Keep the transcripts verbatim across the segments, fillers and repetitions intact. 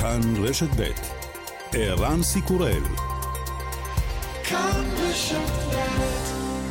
כאן רשת ב' ערן סיקורל. כאן רשת ב'.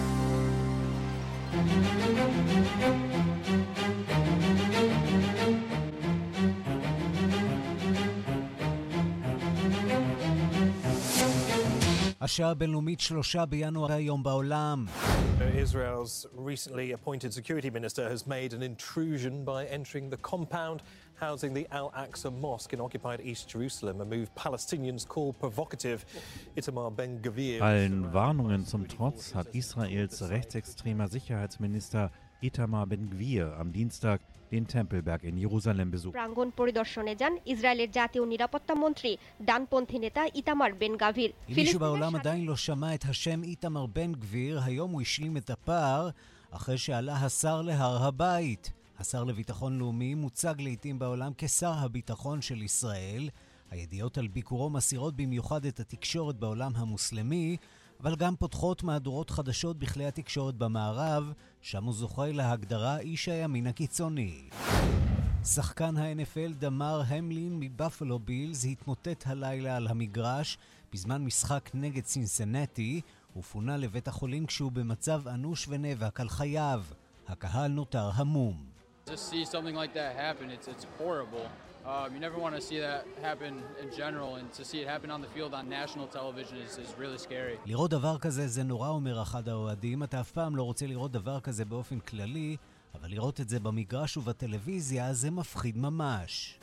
השעה הבינלאומית שלושה בינואר היום בעולם. Israel's recently appointed security minister has made an intrusion by entering the compound housing the Al-Aqsa Mosque in occupied East Jerusalem, a move Palestinians call provocative. Itamar Ben-Gvir. Allen Warnungen zum Trotz hat Israels rechtsextremer Sicherheitsminister Itamar Ben-Gvir am Dienstag den Tempelberg in Jerusalem besucht. প্রাঙ্গণ পরিদর্শনে যান ইসরায়েলের জাতীয় নিরাপত্তা মন্ত্রী ডানপন্থী নেতা ইতামার বেন גביר. אם מישהו בעולם עדיין לא שמע את השם איתמר בן גביר, היום הוא השלים את הפער אחרי שעלה השר להר הבית. השר לביטחון לאומי מוצג לעתים בעולם כשר הביטחון של ישראל. הידיעות על ביקורו מסירות במיוחד את התקשורת בעולם המוסלמי, אבל גם פותחות מהדורות חדשות בכלי התקשורת במערב, שם הוא זוכה להגדרה איש הימין הקיצוני. שחקן ה-אן אף אל דמר המלין מבאפלו בילס התמוטט הלילה על המגרש בזמן משחק נגד סינסינטי, ופונה לבית החולים כשהוא במצב אנוש ונאבק על חייו. הקהל נותר המום. To see something like that happen, it's it's horrible. Um, you never want to see that happen in general, and to see it happen on the field on national television is, is really scary. לראות דבר כזה זה נורא, אומר אחד האוהדים. אתה אף פעם לא רוצה לראות דבר כזה באופן כללי, אבל לראות את זה במגרש ובטלוויזיה זה מפחיד ממש.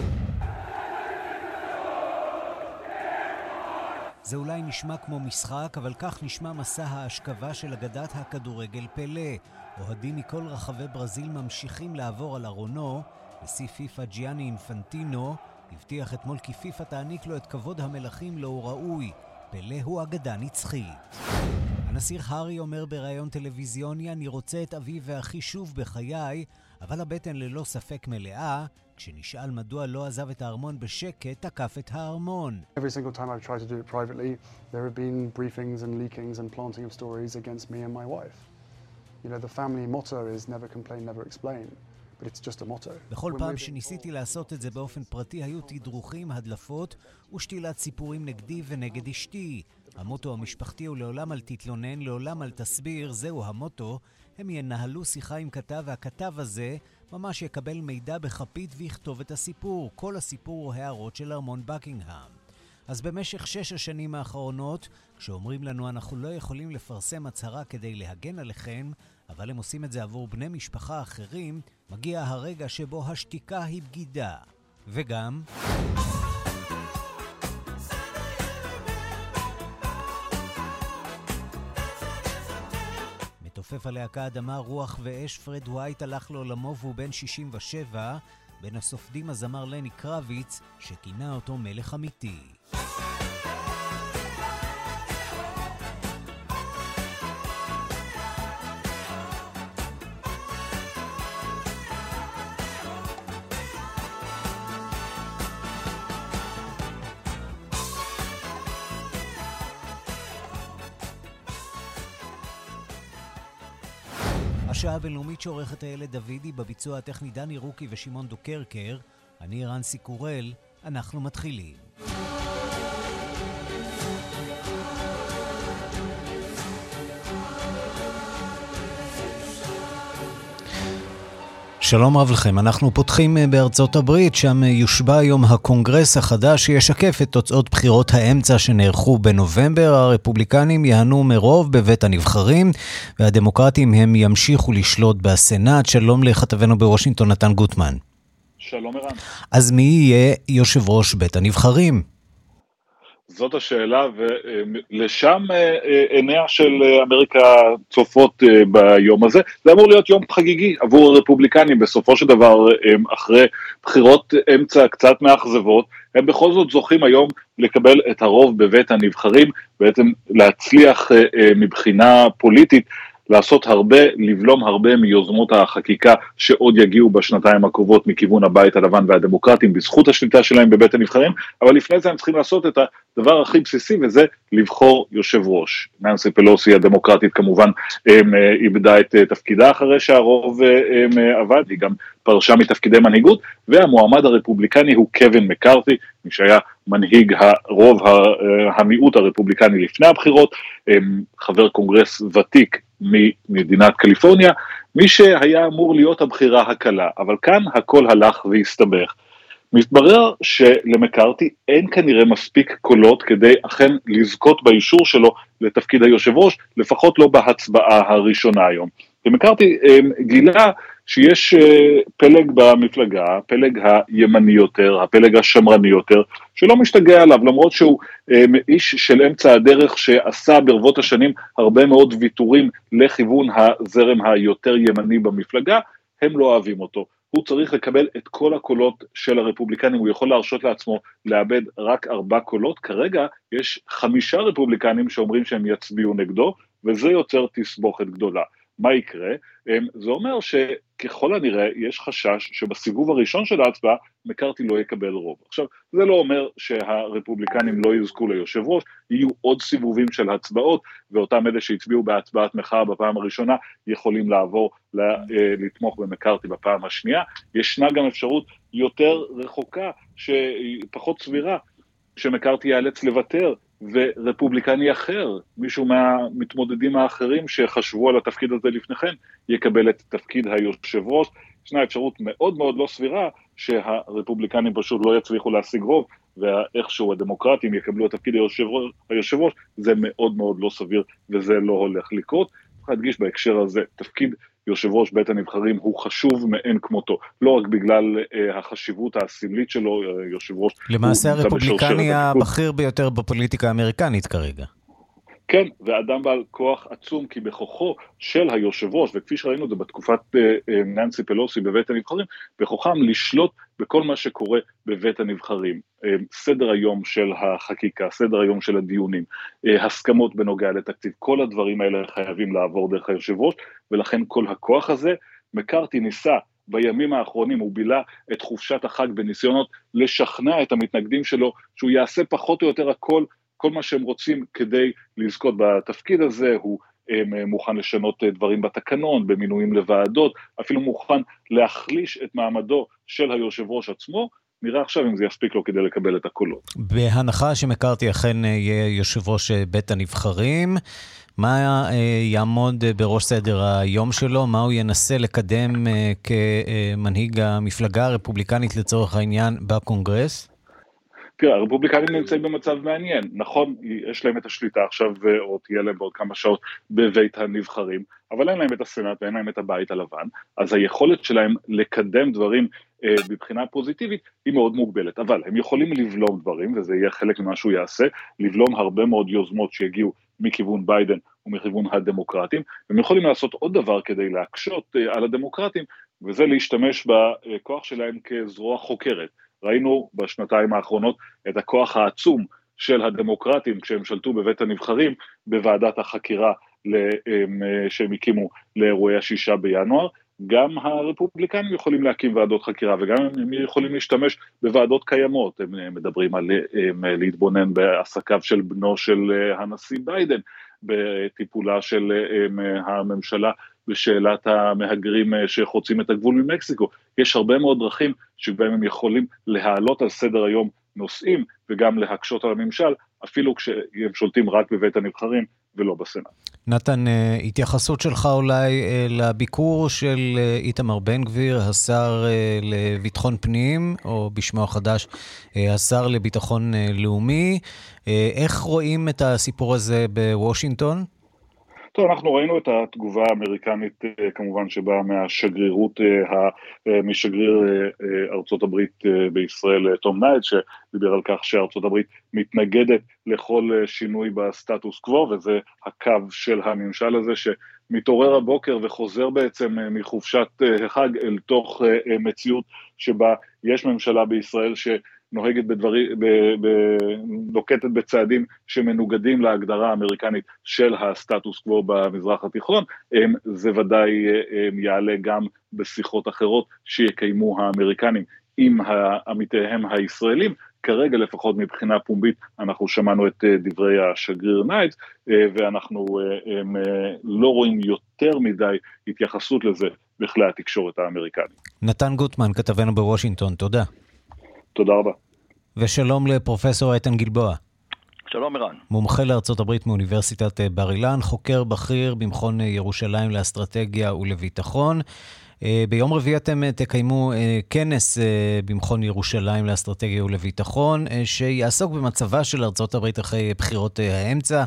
זה אולי נשמע כמו משחק, אבל כך נשמע מסע ההשכבה של אגדת הכדורגל פלה. אוהדים מכל רחבי ברזיל ממשיכים לעבור על ארונו. נשיא פיפה ג'יאני אינפנטינו הבטיח אתמול כי פיפה תעניק לו את כבוד המלכים לו הוא ראוי. פלה הוא אגדה נצחית. הנשיא הארי אומר בראיון טלוויזיוני, אני רוצה את אבי ואחי שוב בחיי, אבל הבטן ללא ספק מלאה. כשנשאל מדוע לא עזב את הארמון בשקט, תקף את הארמון. Every single time I've tried to do it privately, there have been briefings and leakings and planting of stories against me and my wife. You know, the family motto is never complain, never explain. But it's just a motto. בכל פעם שניסיתי לעשות את זה באופן פרטי, היו תדרוכים, הדלפות ושתילת סיפורים נגדי ונגד אשתי. המוטו המשפחתי הוא לעולם אל תתלונן, לעולם אל תסביר, זהו המוטו. הם ינהלו שיחה עם כתב, והכתב הזה ממש יקבל מידע בחפית ויכתוב את הסיפור. כל הסיפור הוא הערות של ארמון בקינגהאם. אז במשך שש השנים האחרונות, כשאומרים לנו אנחנו לא יכולים לפרסם הצהרה כדי להגן עליכם, אבל הם עושים את זה עבור בני משפחה אחרים, מגיע הרגע שבו השתיקה היא בגידה. וגם מתופף הלהקה אדמה רוח ואש פרד ווייט הלך לעולמו והוא בן שישים ושבע, בין הסופדים הזמר לני קרביץ שכינה אותו מלך אמיתי. השעה הבינלאומית שעורכת הילד דוידי, בביצוע הטכני דני רוקי ושמעון דוקרקר. אני ערן סיקורל, אנחנו מתחילים. שלום רב לכם, אנחנו פותחים בארצות הברית, שם יושבע היום הקונגרס החדש שישקף את תוצאות בחירות האמצע שנערכו בנובמבר. הרפובליקנים יהנו מרוב בבית הנבחרים, והדמוקרטים הם ימשיכו לשלוט בסנאט. שלום לכתבנו בוושינגטון נתן גוטמן. שלום ערן. אז מי יהיה יושב ראש בית הנבחרים? זאת השאלה, ולשם עיניה של אמריקה צופות ביום הזה. זה אמור להיות יום חגיגי עבור הרפובליקנים. בסופו של דבר, אחרי בחירות אמצע קצת מאכזבות, הם בכל זאת זוכים היום לקבל את הרוב בבית הנבחרים, בעצם להצליח מבחינה פוליטית, לעשות הרבה, לבלום הרבה מיוזמות החקיקה שעוד יגיעו בשנתיים הקרובות מכיוון הבית הלבן והדמוקרטים, בזכות השליטה שלהם בבית הנבחרים, אבל לפני זה הם צריכים לעשות את הדבר הכי בסיסי, וזה לבחור יושב ראש. ננסי פלוסי הדמוקרטית כמובן איבדה את תפקידה אחרי שהרוב עבד, היא גם פרשה מתפקידי מנהיגות, והמועמד הרפובליקני הוא קווין מקארתי, מי שהיה מנהיג הרוב המיעוט הרפובליקני לפני הבחירות, חבר קונגרס ותיק ממדינת קליפורניה, מי שהיה אמור להיות הבחירה הקלה, אבל כאן הכל הלך והסתבך. מתברר שלמקארתי אין כנראה מספיק קולות כדי אכן לזכות באישור שלו לתפקיד היושב ראש, לפחות לא בהצבעה הראשונה היום. ומקארתי גילה שיש פלג במפלגה, פלג הימני יותר, הפלג השמרני יותר, שלא משתגע עליו, למרות שהוא איש של אמצע הדרך שעשה ברבות השנים הרבה מאוד ויתורים לכיוון הזרם היותר ימני במפלגה, הם לא אוהבים אותו. הוא צריך לקבל את כל הקולות של הרפובליקנים, הוא יכול להרשות לעצמו לאבד רק ארבע קולות, כרגע יש חמישה רפובליקנים שאומרים שהם יצביעו נגדו, וזה יוצר תסבוכת גדולה. מה יקרה? זה אומר שככל הנראה יש חשש שבסיבוב הראשון של ההצבעה מקארתי לא יקבל רוב. עכשיו, זה לא אומר שהרפובליקנים לא יזכו ליושב ראש, יהיו עוד סיבובים של הצבעות, ואותם אלה שהצביעו בהצבעת מחאה בפעם הראשונה יכולים לעבור לתמוך במקארתי בפעם השנייה. ישנה גם אפשרות יותר רחוקה, שפחות סבירה, שמקארתי יאלץ לוותר, ורפובליקני אחר, מישהו מהמתמודדים האחרים שחשבו על התפקיד הזה לפניכם, יקבל את תפקיד היושב ראש. ישנה אפשרות מאוד מאוד לא סבירה, שהרפובליקנים פשוט לא יצליחו להשיג רוב, ואיכשהו הדמוקרטים יקבלו את תפקיד היושב ראש, היושב ראש, זה מאוד מאוד לא סביר, וזה לא הולך לקרות. צריך להדגיש בהקשר הזה, תפקיד יושב ראש בית הנבחרים הוא חשוב מאין כמותו, לא רק בגלל uh, החשיבות הסמלית שלו, יושב ראש... למעשה הרפובליקני הבכיר ביותר בפוליטיקה האמריקנית כרגע. כן, ואדם בעל כוח עצום, כי בכוחו של היושב ראש, וכפי שראינו את זה בתקופת uh, uh, ננסי פלוסי בבית הנבחרים, בכוחם לשלוט בכל מה שקורה בבית הנבחרים. Uh, סדר היום של החקיקה, סדר היום של הדיונים, uh, הסכמות בנוגע לתקציב, כל הדברים האלה חייבים לעבור דרך היושב ראש, ולכן כל הכוח הזה, מקארתי ניסה בימים האחרונים, הוא בילה את חופשת החג בניסיונות לשכנע את המתנגדים שלו, שהוא יעשה פחות או יותר הכל, כל מה שהם רוצים כדי לזכות בתפקיד הזה, הוא מוכן לשנות דברים בתקנון, במינויים לוועדות, אפילו מוכן להחליש את מעמדו של היושב ראש עצמו, נראה עכשיו אם זה יספיק לו כדי לקבל את הקולות. בהנחה שמקארתי אכן יהיה יושב ראש בית הנבחרים, מה יעמוד בראש סדר היום שלו, מה הוא ינסה לקדם כמנהיג המפלגה הרפובליקנית לצורך העניין בקונגרס? תראה, הרפובליקנים נמצאים במצב מעניין, נכון, יש להם את השליטה עכשיו, או תהיה להם בעוד כמה שעות בבית הנבחרים, אבל אין להם את הסנאט ואין להם את הבית הלבן, אז היכולת שלהם לקדם דברים אה, בבחינה פוזיטיבית היא מאוד מוגבלת, אבל הם יכולים לבלום דברים, וזה יהיה חלק ממה שהוא יעשה, לבלום הרבה מאוד יוזמות שיגיעו מכיוון ביידן ומכיוון הדמוקרטים, והם יכולים לעשות עוד דבר כדי להקשות אה, על הדמוקרטים, וזה להשתמש בכוח שלהם כזרוע חוקרת. ראינו בשנתיים האחרונות את הכוח העצום של הדמוקרטים כשהם שלטו בבית הנבחרים בוועדת החקירה שהם הקימו לאירועי השישה בינואר, גם הרפובליקנים יכולים להקים ועדות חקירה וגם הם יכולים להשתמש בוועדות קיימות, הם מדברים על הם להתבונן בעסקיו של בנו של הנשיא ביידן, בטיפולה של הממשלה בשאלת המהגרים שחוצים את הגבול ממקסיקו. יש הרבה מאוד דרכים שבהם הם יכולים להעלות על סדר היום נושאים וגם להקשות על הממשל, אפילו כשהם שולטים רק בבית הנבחרים ולא בסנאט. נתן, התייחסות שלך אולי לביקור של איתמר בן גביר, השר לביטחון פנים, או בשמו החדש, השר לביטחון לאומי. איך רואים את הסיפור הזה בוושינגטון? טוב, אנחנו ראינו את התגובה האמריקנית כמובן שבאה מהשגרירות, משגריר ארצות הברית בישראל, תום נייד, שדיבר על כך שארצות הברית מתנגדת לכל שינוי בסטטוס קוו, וזה הקו של הממשל הזה שמתעורר הבוקר וחוזר בעצם מחופשת החג אל תוך מציאות שבה יש ממשלה בישראל ש... נוהגת בדברים, נוקטת בצעדים שמנוגדים להגדרה האמריקנית של הסטטוס קוו במזרח התיכון, זה ודאי יעלה גם בשיחות אחרות שיקיימו האמריקנים עם עמיתיהם הישראלים. כרגע לפחות מבחינה פומבית אנחנו שמענו את דברי השגריר ניידס, ואנחנו לא רואים יותר מדי התייחסות לזה בכלי התקשורת האמריקני. נתן גוטמן, כתבנו בוושינגטון, תודה. תודה רבה. ושלום לפרופסור איתן גלבוע. שלום ערן. מומחה לארצות הברית מאוניברסיטת בר אילן, חוקר בכיר במכון ירושלים לאסטרטגיה ולביטחון. ביום רביעי אתם תקיימו כנס במכון ירושלים לאסטרטגיה ולביטחון, שיעסוק במצבה של ארצות הברית אחרי בחירות האמצע,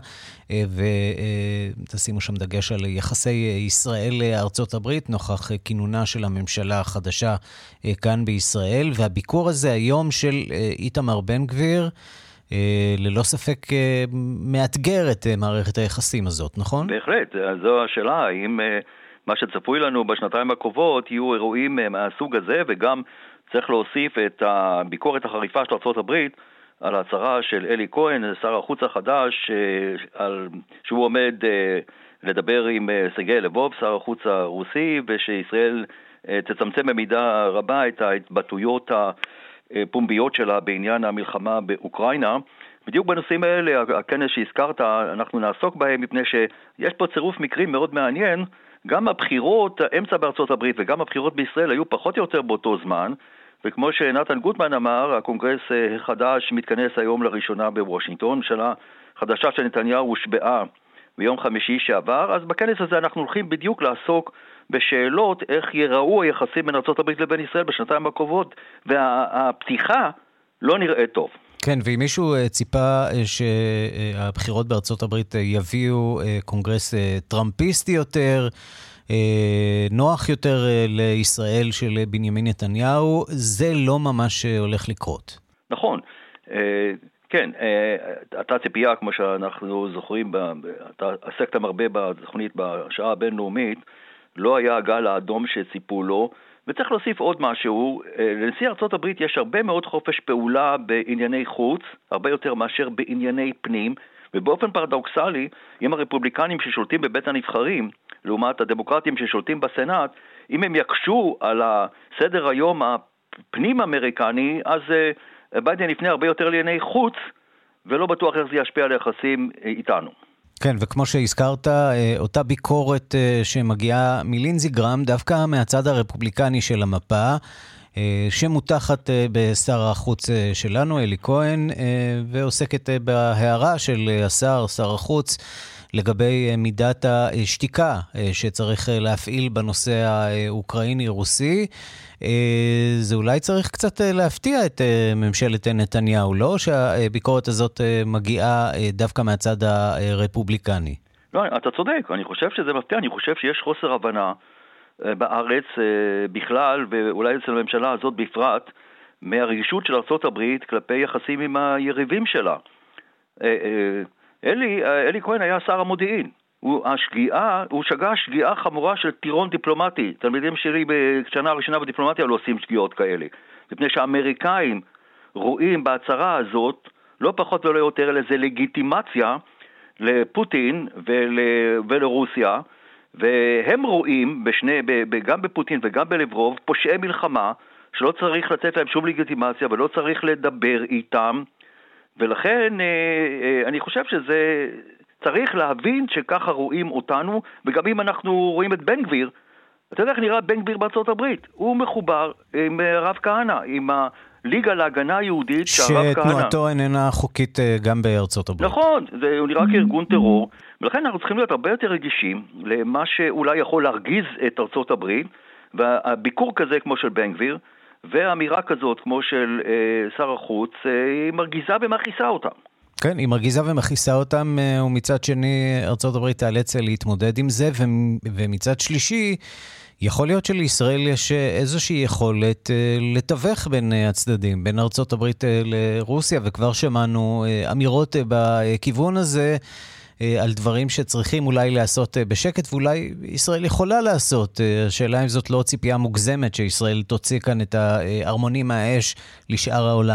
ותשימו שם דגש על יחסי ישראל לארצות הברית, נוכח כינונה של הממשלה החדשה כאן בישראל, והביקור הזה היום של איתמר בן גביר, ללא ספק מאתגר את מערכת היחסים הזאת, נכון? בהחלט, זו השאלה, האם מה שצפוי לנו בשנתיים הקרובות יהיו אירועים מהסוג הזה, וגם צריך להוסיף את הביקורת החריפה של ארצות הברית על ההצהרה של אלי כהן, שר החוץ החדש, על, שהוא עומד לדבר עם סרגי לבוב, שר החוץ הרוסי, ושישראל תצמצם במידה רבה את ההתבטאויות הפומביות שלה בעניין המלחמה באוקראינה. בדיוק בנושאים האלה, הכנס שהזכרת, אנחנו נעסוק בהם, מפני שיש פה צירוף מקרים מאוד מעניין. גם הבחירות, האמצע בארצות הברית וגם הבחירות בישראל היו פחות או יותר באותו זמן, וכמו שנתן גוטמן אמר, הקונגרס החדש מתכנס היום לראשונה בוושינגטון, ממשלה חדשה של נתניהו הושבעה ביום חמישי שעבר, אז בכנס הזה אנחנו הולכים בדיוק לעסוק בשאלות איך ייראו היחסים בין ארצות הברית לבין ישראל בשנתיים הקרובות, והפתיחה לא נראית טוב. כן, ואם מישהו ציפה שהבחירות בארצות הברית יביאו קונגרס טראמפיסטי יותר, נוח יותר לישראל של בנימין נתניהו, זה לא ממש הולך לקרות. נכון. כן, אתה ציפייה, כמו שאנחנו זוכרים, אתה עסקת הרבה בתוכנית בשעה הבינלאומית, לא היה הגל האדום שציפו לו, וצריך להוסיף עוד משהו, לנשיא ארצות הברית יש הרבה מאוד חופש פעולה בענייני חוץ, הרבה יותר מאשר בענייני פנים, ובאופן פרדוקסלי, אם הרפובליקנים ששולטים בבית הנבחרים, לעומת הדמוקרטים ששולטים בסנאט, אם הם יקשו על הסדר היום הפנים אמריקני, אז ביידן יפנה הרבה יותר לענייני חוץ, ולא בטוח איך זה ישפיע על היחסים איתנו. כן, וכמו שהזכרת, אותה ביקורת שמגיעה מלינזי גרם, דווקא מהצד הרפובליקני של המפה, שמותחת בשר החוץ שלנו, אלי כהן, ועוסקת בהערה של השר, שר החוץ, לגבי מידת השתיקה שצריך להפעיל בנושא האוקראיני-רוסי. זה אולי צריך קצת להפתיע את ממשלת נתניהו, לא? שהביקורת הזאת מגיעה דווקא מהצד הרפובליקני. לא, אתה צודק, אני חושב שזה מפתיע, אני חושב שיש חוסר הבנה בארץ בכלל, ואולי אצל הממשלה הזאת בפרט, מהרגישות של ארצות הברית כלפי יחסים עם היריבים שלה. אלי, אלי כהן היה שר המודיעין. הוא השגיאה, הוא שגה שגיאה חמורה של טירון דיפלומטי. תלמידים שלי בשנה הראשונה בדיפלומטיה לא עושים שגיאות כאלה. מפני שהאמריקאים רואים בהצהרה הזאת לא פחות ולא יותר איזה לגיטימציה לפוטין ול, ולרוסיה, והם רואים בשני, גם בפוטין וגם בלברוב פושעי מלחמה שלא צריך לתת להם שום לגיטימציה ולא צריך לדבר איתם, ולכן אני חושב שזה צריך להבין שככה רואים אותנו, וגם אם אנחנו רואים את בן גביר, אתה יודע איך נראה בן גביר בארצות הברית? הוא מחובר עם הרב כהנא, עם הליגה להגנה היהודית שהרב כהנא. שתנועתו איננה חוקית גם בארצות הברית. נכון, זה, הוא נראה כארגון טרור, ולכן אנחנו צריכים להיות הרבה יותר רגישים למה שאולי יכול להרגיז את ארצות הברית, והביקור כזה כמו של בן גביר, והאמירה כזאת כמו של אה, שר החוץ, אה, היא מרגיזה ומכיסה אותם. כן, היא מרגיזה ומכיסה אותם, ומצד שני ארצות הברית תאלץ להתמודד עם זה, ומצד שלישי, יכול להיות שלישראל יש איזושהי יכולת לתווך בין הצדדים, בין ארצות הברית לרוסיה, וכבר שמענו אמירות בכיוון הזה, על דברים שצריכים אולי לעשות בשקט, ואולי ישראל יכולה לעשות. השאלה אם זאת לא ציפייה מוגזמת, שישראל תוציא כאן את הארמונים מהאש לשאר העולם.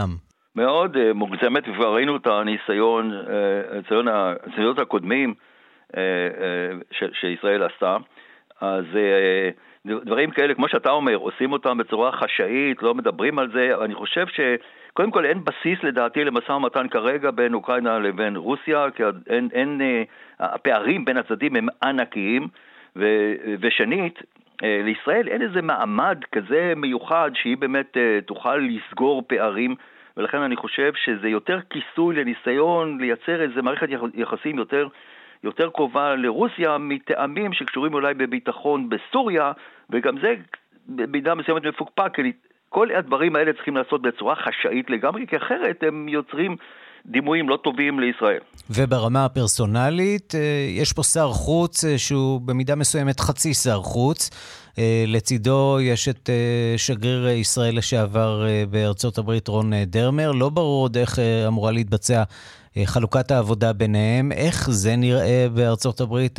מאוד uh, מוגזמת, וכבר ראינו את הניסיון, הניסיון, הניסיונות הקודמים uh, uh, ש, שישראל עשתה, אז uh, דברים כאלה, כמו שאתה אומר, עושים אותם בצורה חשאית, לא מדברים על זה, אני חושב שקודם כל אין בסיס לדעתי למשא ומתן כרגע בין אוקראינה לבין רוסיה, כי אין, אין, uh, הפערים בין הצדדים הם ענקיים, ו, ושנית, לישראל אין איזה מעמד כזה מיוחד שהיא באמת תוכל לסגור פערים, ולכן אני חושב שזה יותר כיסוי לניסיון לייצר איזה מערכת יחסים יותר, יותר קרובה לרוסיה, מטעמים שקשורים אולי בביטחון בסוריה, וגם זה במידה מסוימת מפוקפק, כי כל הדברים האלה צריכים לעשות בצורה חשאית לגמרי, כי אחרת הם יוצרים דימויים לא טובים לישראל. וברמה הפרסונלית, יש פה שר חוץ שהוא במידה מסוימת חצי שר חוץ. לצידו יש את שגריר ישראל לשעבר בארצות הברית רון דרמר. לא ברור עוד איך אמורה להתבצע חלוקת העבודה ביניהם. איך זה נראה בארצות הברית,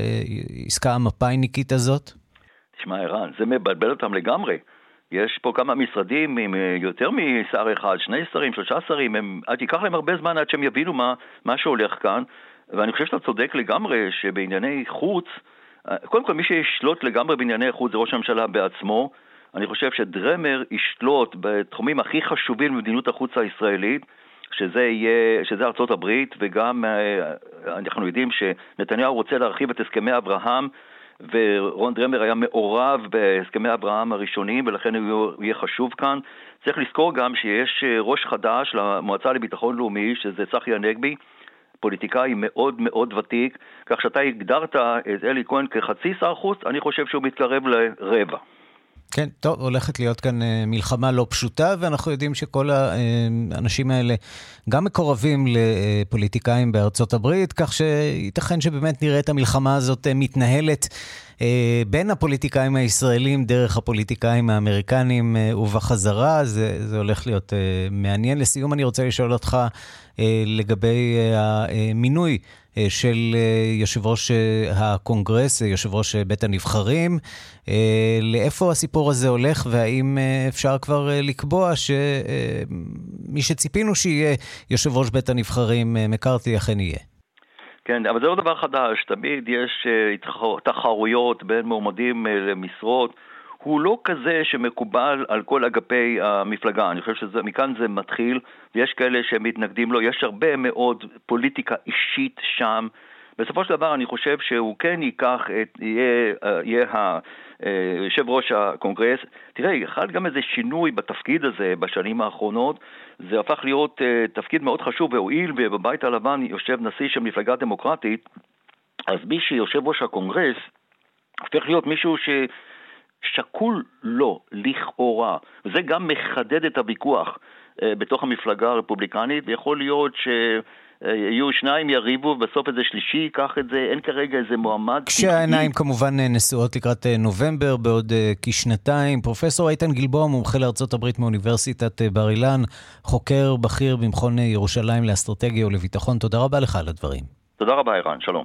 העסקה המפאיניקית הזאת? תשמע, ערן, זה מבלבל אותם לגמרי. יש פה כמה משרדים עם יותר משר אחד, שני שרים, שלושה שרים, הם, עד ייקח להם הרבה זמן עד שהם יבינו מה, מה שהולך כאן, ואני חושב שאתה צודק לגמרי שבענייני חוץ, קודם כל מי שישלוט לגמרי בענייני חוץ זה ראש הממשלה בעצמו, אני חושב שדרמר ישלוט בתחומים הכי חשובים במדיניות החוץ הישראלית, שזה יהיה, שזה ארצות הברית, וגם אנחנו יודעים שנתניהו רוצה להרחיב את הסכמי אברהם, ורון דרמר היה מעורב בהסכמי אברהם הראשונים, ולכן הוא יהיה חשוב כאן. צריך לזכור גם שיש ראש חדש למועצה לביטחון לאומי, שזה צחי הנגבי, פוליטיקאי מאוד מאוד ותיק, כך שאתה הגדרת את אלי כהן כחצי שר חוץ, אני חושב שהוא מתקרב לרבע. כן, טוב, הולכת להיות כאן מלחמה לא פשוטה, ואנחנו יודעים שכל האנשים האלה גם מקורבים לפוליטיקאים בארצות הברית, כך שייתכן שבאמת נראה את המלחמה הזאת מתנהלת בין הפוליטיקאים הישראלים דרך הפוליטיקאים האמריקנים ובחזרה. זה, זה הולך להיות מעניין. לסיום אני רוצה לשאול אותך לגבי המינוי של יושב ראש הקונגרס, יושב ראש בית הנבחרים. לאיפה הסיפור הזה הולך, והאם אפשר כבר לקבוע שמי שציפינו שיהיה יושב ראש בית הנבחרים מקארתי אכן יהיה? כן, אבל זה לא דבר חדש. תמיד יש תחרויות בין מועמדים למשרות. הוא לא כזה שמקובל על כל אגפי המפלגה. אני חושב שמכאן זה מתחיל, ויש כאלה שמתנגדים לו. יש הרבה מאוד פוליטיקה אישית שם. בסופו של דבר אני חושב שהוא כן ייקח את, יהיה, יהיה יושב ראש הקונגרס. תראה, אחד גם איזה שינוי בתפקיד הזה בשנים האחרונות, זה הפך להיות תפקיד מאוד חשוב, והואיל ובבית הלבן יושב נשיא של מפלגה דמוקרטית, אז מי שיושב ראש הקונגרס הופך להיות מישהו ש... שקול לא, לכאורה, וזה גם מחדד את הוויכוח אה, בתוך המפלגה הרפובליקנית, ויכול להיות שיהיו שניים יריבו, ובסוף איזה שלישי ייקח את זה, אין כרגע איזה מועמד. כשהעיניים כמובן נשואות לקראת נובמבר, בעוד אה, כשנתיים. פרופסור איתן גלבוע, מומחה לארצות הברית מאוניברסיטת בר אילן, חוקר בכיר במכון ירושלים לאסטרטגיה ולביטחון, תודה רבה לך על הדברים. תודה רבה ערן, שלום.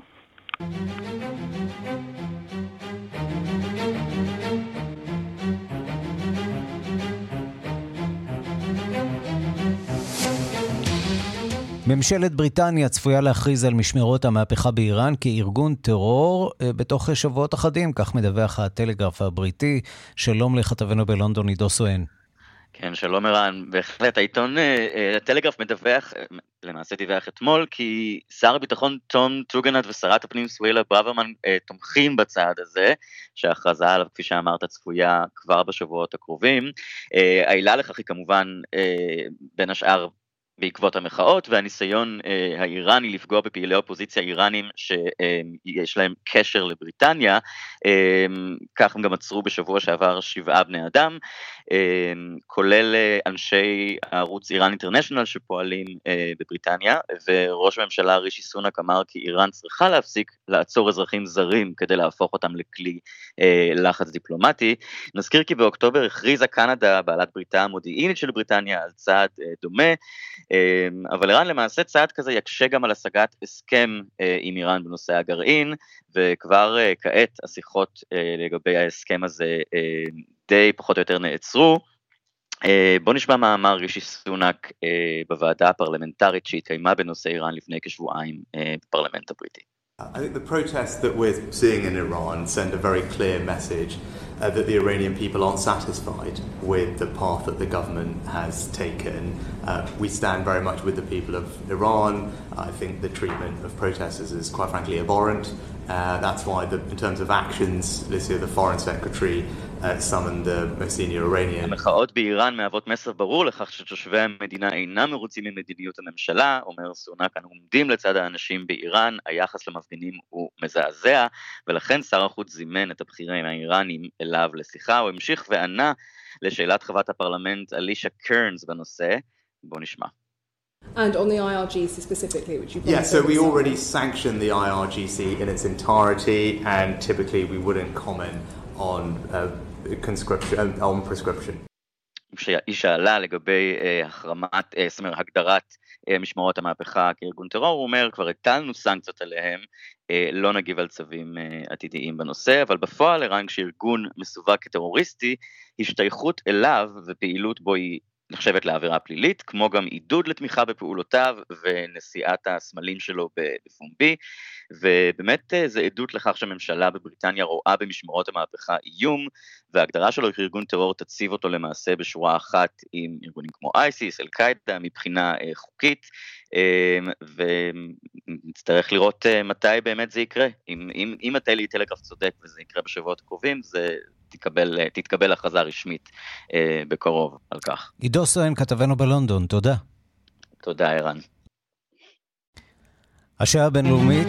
ממשלת בריטניה צפויה להכריז על משמרות המהפכה באיראן כארגון טרור בתוך שבועות אחדים, כך מדווח הטלגרף הבריטי. שלום לכתבנו בלונדון עידו סואן. כן, שלום ערן. בהחלט, העיתון הטלגרף מדווח, למעשה דיווח אתמול, כי שר הביטחון תום טוגנט ושרת הפנים סווילה ברוורמן תומכים בצעד הזה, שההכרזה עליו, כפי שאמרת, צפויה כבר בשבועות הקרובים. העילה לכך היא כמובן בין השאר בעקבות המחאות, והניסיון אה, האיראני לפגוע בפעילי אופוזיציה איראנים שיש להם קשר לבריטניה, אה, כך הם גם עצרו בשבוע שעבר שבעה בני אדם, אה, כולל אנשי הערוץ איראן אינטרנשיונל שפועלים אה, בבריטניה, וראש הממשלה רישי סונאק אמר כי איראן צריכה להפסיק לעצור אזרחים זרים כדי להפוך אותם לכלי אה, לחץ דיפלומטי. נזכיר כי באוקטובר הכריזה קנדה, בעלת בריתה המודיעינית של בריטניה, על צעד אה, דומה, אבל איראן למעשה צעד כזה יקשה גם על השגת הסכם עם איראן בנושא הגרעין, וכבר כעת השיחות לגבי ההסכם הזה די פחות או יותר נעצרו, בוא נשמע מה אמר רישי סונאק בוועדה הפרלמנטרית שהתקיימה בנושא איראן לפני כשבועיים בפרלמנט הבריטי. I think the protests that we're seeing in Iran send a very clear message uh, that the Iranian people aren't satisfied with the path that the government has taken. Uh, we stand very much with the people of Iran. I think the treatment of protesters is quite frankly abhorrent. Uh, that's why the, in terms of actions, this year the foreign secretary uh, summoned the most senior Iranian. המחאות באיראן מהוות מסר ברור לכך שתושבי המדינה אינם מרוצים ממדיניות הממשלה, אומר סונאק, אנו עומדים לצד האנשים באיראן, היחס למפגינים הוא מזעזע, ולכן שר החוץ זימן את הבכירים האיראנים אליו לשיחה, הוא המשיך וענה לשאלת חברת הפרלמנט אלישה קרנס בנושא, בוא נשמע. And on the I R G C specifically, which you yeah, so we already sanctioned the I R G C in its entirety, and typically we wouldn't comment on uh, conscription, on prescription. היא שאלה לגבי החרמת, זאת אומרת, הגדרת משמרות המהפכה כארגון טרור, הוא אומר, כבר הטלנו סנקציות עליהם, לא נגיב על צווים עתידיים בנושא, אבל בפועל איראן כשארגון מסווג כטרוריסטי, השתייכות אליו ופעילות בו היא נחשבת לעבירה פלילית, כמו גם עידוד לתמיכה בפעולותיו ונשיאת הסמלים שלו בפומבי, ובאמת זה עדות לכך שהממשלה בבריטניה רואה במשמרות המהפכה איום, וההגדרה שלו כארגון טרור תציב אותו למעשה בשורה אחת עם ארגונים כמו אייסיס, אל-קאידה, מבחינה חוקית, ונצטרך לראות מתי באמת זה יקרה. אם, אם, אם הטיילי טלגרף צודק וזה יקרה בשבועות הקרובים, זה תתקבל, תתקבל הכרזה רשמית אה, בקרוב על כך. עידו סואן, כתבנו בלונדון, תודה. תודה, ערן. השעה הבינלאומית.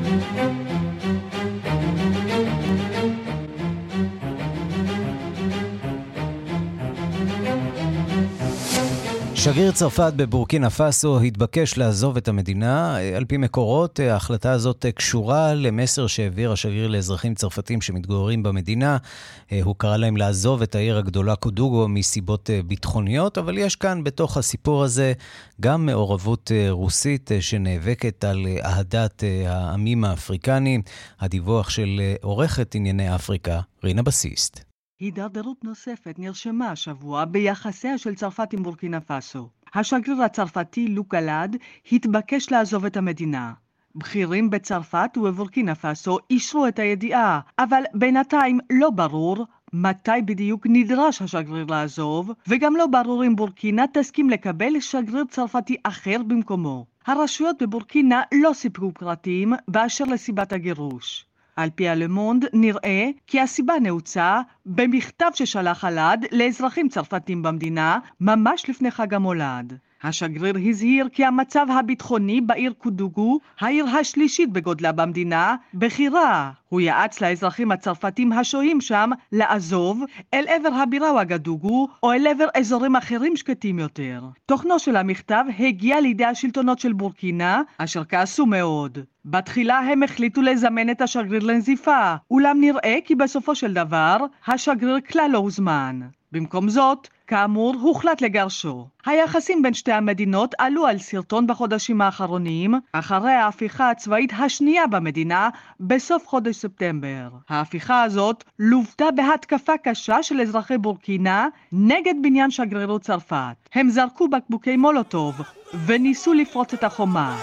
שגריר צרפת בבורקינה פאסו התבקש לעזוב את המדינה. על פי מקורות, ההחלטה הזאת קשורה למסר שהעביר השגריר לאזרחים צרפתים שמתגוררים במדינה. הוא קרא להם לעזוב את העיר הגדולה קודוגו מסיבות ביטחוניות, אבל יש כאן בתוך הסיפור הזה גם מעורבות רוסית שנאבקת על אהדת העמים האפריקנים. הדיווח של עורכת ענייני אפריקה, רינה בסיסט. הידרדרות נוספת נרשמה השבוע ביחסיה של צרפת עם בורקינה פאסו. השגריר הצרפתי לוק אלעד התבקש לעזוב את המדינה. בכירים בצרפת ובבורקינה פאסו אישרו את הידיעה, אבל בינתיים לא ברור מתי בדיוק נדרש השגריר לעזוב, וגם לא ברור אם בורקינה תסכים לקבל שגריר צרפתי אחר במקומו. הרשויות בבורקינה לא סיפקו פרטים באשר לסיבת הגירוש. על פי הלמונד נראה כי הסיבה נעוצה במכתב ששלח אלעד לאזרחים צרפתים במדינה ממש לפני חג המולד. השגריר הזהיר כי המצב הביטחוני בעיר קודוגו, העיר השלישית בגודלה במדינה, בחירה. הוא יעץ לאזרחים הצרפתים השוהים שם לעזוב אל עבר הבירה וגדוגו או אל עבר אזורים אחרים שקטים יותר. תוכנו של המכתב הגיע לידי השלטונות של בורקינה, אשר כעסו מאוד. בתחילה הם החליטו לזמן את השגריר לנזיפה, אולם נראה כי בסופו של דבר השגריר כלל לא הוזמן. במקום זאת, כאמור, הוחלט לגרשו. היחסים בין שתי המדינות עלו על סרטון בחודשים האחרונים, אחרי ההפיכה הצבאית השנייה במדינה בסוף חודש ספטמבר. ההפיכה הזאת לוותה בהתקפה קשה של אזרחי בורקינה נגד בניין שגרירות צרפת. הם זרקו בקבוקי מולוטוב וניסו לפרוץ את החומה.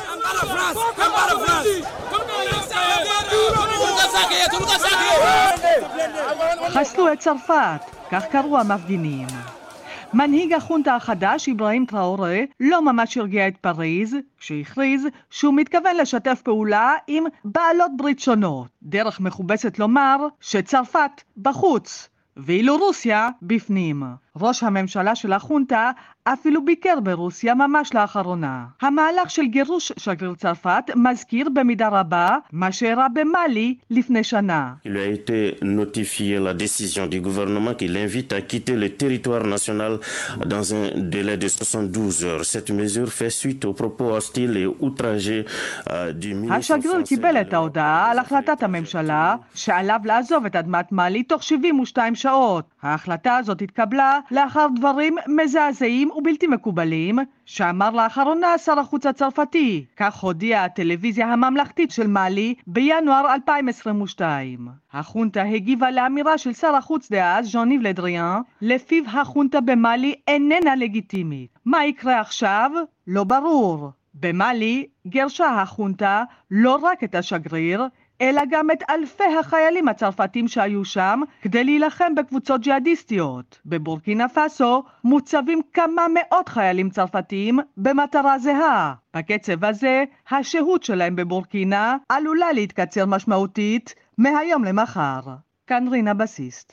חסלו את צרפת, כך קראו המפגינים. מנהיג החונטה החדש, אברהים טראורה, לא ממש הרגיע את פריז, כשהכריז שהוא מתכוון לשתף פעולה עם בעלות ברית שונות. דרך מכובסת לומר שצרפת בחוץ, ואילו רוסיה בפנים. ראש הממשלה של החונטה אפילו ביקר ברוסיה ממש לאחרונה. המהלך של גירוש שגריר צרפת מזכיר במידה רבה מה שאירע במאלי לפני שנה. Il a été notifié la décision du gouvernement qui l'invite à quitter le territoire national dans un délai de soixante-douze heures. Cette mesure fait suite aux propos hostiles et outragés du ministre. השגריר קיבל את ההודעה על החלטת הממשלה שעליו לעזוב את אדמת מאלי תוך שבעים ושתיים שעות. ההחלטה הזאת התקבלה לאחר דברים מזעזעים ובלתי מקובלים שאמר לאחרונה שר החוץ הצרפתי. כך הודיעה הטלוויזיה הממלכתית של מאלי בינואר אלפיים עשרים ושתיים. החונטה הגיבה לאמירה של שר החוץ דאז ז'אן-יב לדריאן, לפיו החונטה במאלי איננה לגיטימית. מה יקרה עכשיו? לא ברור. במאלי גרשה החונטה לא רק את השגריר, אלא גם את אלפי החיילים הצרפתים שהיו שם כדי להילחם בקבוצות ג'יהאדיסטיות. בבורקינה פאסו מוצבים כמה מאות חיילים צרפתיים במטרה זהה. בקצב הזה, השהות שלהם בבורקינה עלולה להתקצר משמעותית מהיום למחר. כאן רינה בסיסט.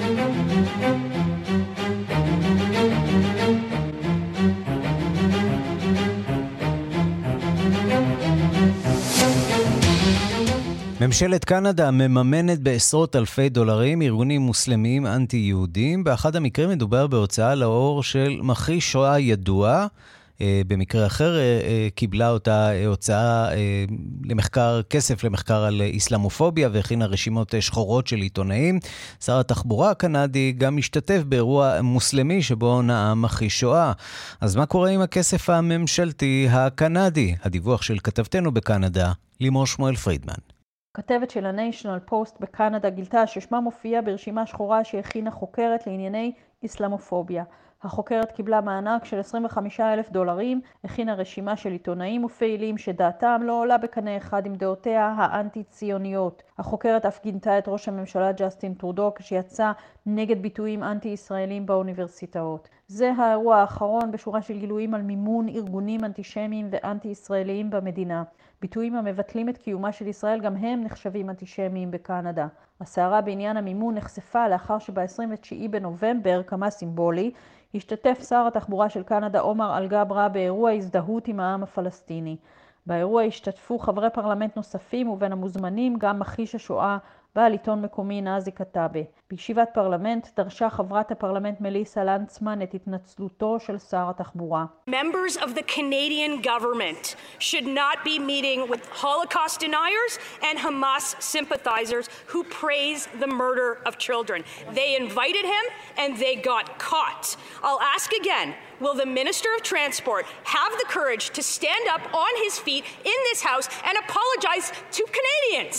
ממשלת קנדה מממנת בעשרות אלפי דולרים ארגונים מוסלמיים אנטי-יהודים. באחד המקרים מדובר בהוצאה לאור של מכחיש שואה ידוע. במקרה אחר קיבלה אותה הוצאה למחקר, כסף למחקר על איסלאמופוביה והכינה רשימות שחורות של עיתונאים. שר התחבורה הקנדי גם משתתף באירוע מוסלמי שבו נאם מכחיש שואה. אז מה קורה עם הכסף הממשלתי הקנדי? הדיווח של כתבתנו בקנדה, לימור שמואל פרידמן. כתבת של הניישנל פוסט בקנדה גילתה ששמה מופיע ברשימה שחורה שהכינה חוקרת לענייני איסלאמופוביה. החוקרת קיבלה מענק של עשרים וחמישה אלף דולרים, הכינה רשימה של עיתונאים ופעילים שדעתם לא עולה בקנה אחד עם דעותיה האנטי-ציוניות. החוקרת אף גינתה את ראש הממשלה ג'סטין טרודו כשיצא נגד ביטויים אנטי-ישראלים באוניברסיטאות. זה האירוע האחרון בשורה של גילויים על מימון ארגונים אנטישמיים ואנטי-ישראליים במדינה. ביטויים המבטלים את קיומה של ישראל גם הם נחשבים אנטישמיים בקנדה. הסערה בעניין המימון נחשפה לאחר שב-עשרים ותשעה בנובמבר, כמה סימבולי, השתתף שר התחבורה של קנדה עומר אלגברה באירוע הזדהות עם העם הפלסטיני. באירוע השתתפו חברי פרלמנט נוספים ובין המוזמנים גם מכחיש השואה בעל עיתון מקומי נאזי קטאבה. בישיבת פרלמנט דרשה חברת הפרלמנט מליסה לנצמן את התנצלותו של שר התחבורה. Members of the Canadian government should not be meeting with Holocaust deniers and Hamas sympathizers who praise the murder of children. They invited him and they got caught. I'll ask again, will the Minister of Transport have the courage to stand up on his feet in this house and apologize to Canadians?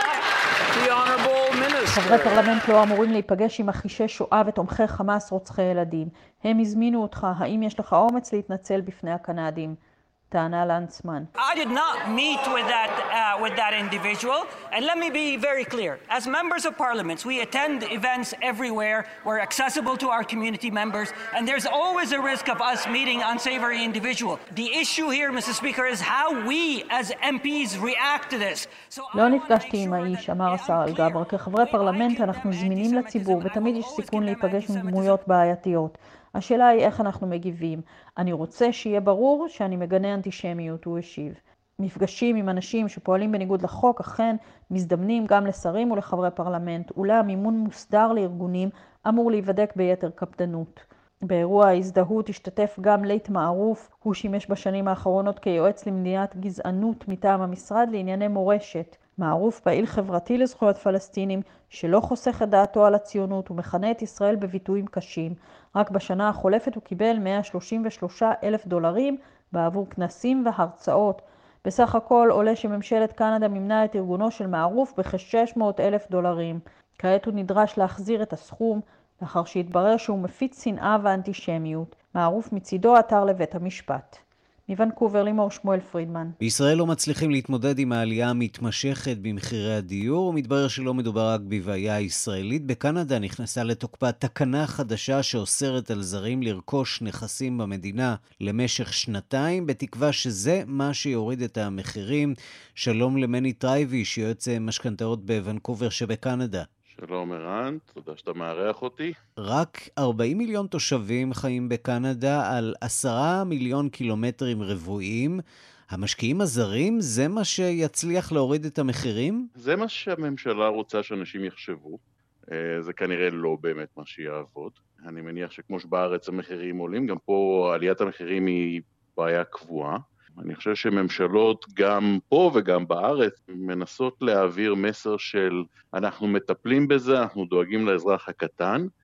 The honorable minister. חברי פרלמנט לא אמורים להיפגש עם מכחישי שואה ותומכי חמאס רוצחי ילדים. הם הזמינו אותך, האם יש לך אומץ להתנצל בפני הקנדים? טענה לנצמן. I did not meet with that uh, with that individual, and let me be very clear. As members of parliaments, we attend events everywhere. We're accessible to our community members, and there's always a risk of us meeting unsavory individual. The issue here, Mister Speaker, is how we as M Ps react to this. So לא נפגשתי עם האיש, אמר השר אלגברה. כחברי פרלמנט אנחנו זמינים לציבור, ותמיד יש סיכון להיפגש עם דמויות בעייתיות. השאלה היא איך אנחנו מגיבים. אני רוצה שיהיה ברור שאני מגנה אנטישמיות, הוא השיב. מפגשים עם אנשים שפועלים בניגוד לחוק אכן מזדמנים גם לשרים ולחברי פרלמנט, אולי המימון מוסדר לארגונים אמור להיבדק ביתר קפדנות. באירוע ההזדהות השתתף גם לית מערוף, הוא שימש בשנים האחרונות כיועץ למניעת גזענות מטעם המשרד לענייני מורשת. מערוף פעיל חברתי לזכויות פלסטינים שלא חוסך את דעתו על הציונות ומכנה את ישראל בביטויים קשים. רק בשנה החולפת הוא קיבל מאה שלושים ושלושה אלף דולרים בעבור כנסים והרצאות. בסך הכל עולה שממשלת קנדה מימנה את ארגונו של מערוף בכ-שש מאות אלף דולרים. כעת הוא נדרש להחזיר את הסכום לאחר שהתברר שהוא מפיץ שנאה ואנטישמיות. מערוף מצידו עתר לבית המשפט. מוונקובר, לימור שמואל פרידמן. בישראל לא מצליחים להתמודד עם העלייה המתמשכת במחירי הדיור, ומתברר שלא מדובר רק בבעיה הישראלית. בקנדה נכנסה לתוקפה תקנה חדשה שאוסרת על זרים לרכוש נכסים במדינה למשך שנתיים, בתקווה שזה מה שיוריד את המחירים. שלום למני טרייביש, יועץ משכנתאות בוונקובר שבקנדה. שלום ערן, תודה שאתה מארח אותי. רק ארבעים מיליון תושבים חיים בקנדה על עשרה מיליון קילומטרים רבועים. המשקיעים הזרים, זה מה שיצליח להוריד את המחירים? זה מה שהממשלה רוצה שאנשים יחשבו. זה כנראה לא באמת מה שיעבוד. אני מניח שכמו שבארץ המחירים עולים, גם פה עליית המחירים היא בעיה קבועה. אני חושב שממשלות גם פה וגם בארץ מנסות להעביר מסר של אנחנו מטפלים בזה, אנחנו דואגים לאזרח הקטן,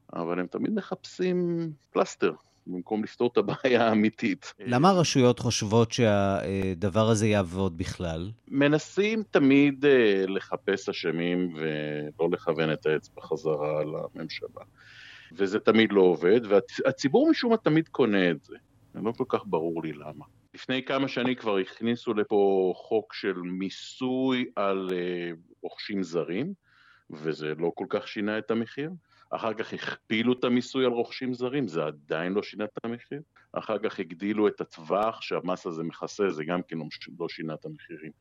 אבל הם תמיד מחפשים פלסטר, במקום לפתור את הבעיה האמיתית. למה הרשויות חושבות שהדבר הזה יעבוד בכלל? מנסים תמיד לחפש אשמים ולא לכוון את האצבע חזרה לממשלה. וזה תמיד לא עובד, והציבור משום מה תמיד קונה את זה. לא כל כך ברור לי למה. לפני כמה שנים כבר הכניסו לפה חוק של מיסוי על רוכשים זרים, וזה לא כל כך שינה את המחיר. אחר כך הכפילו את המיסוי על רוכשים זרים, זה עדיין לא שינה את המחיר. אחר כך הגדילו את הטווח שהמס הזה מכסה, זה גם כן לא שינה את המחירים.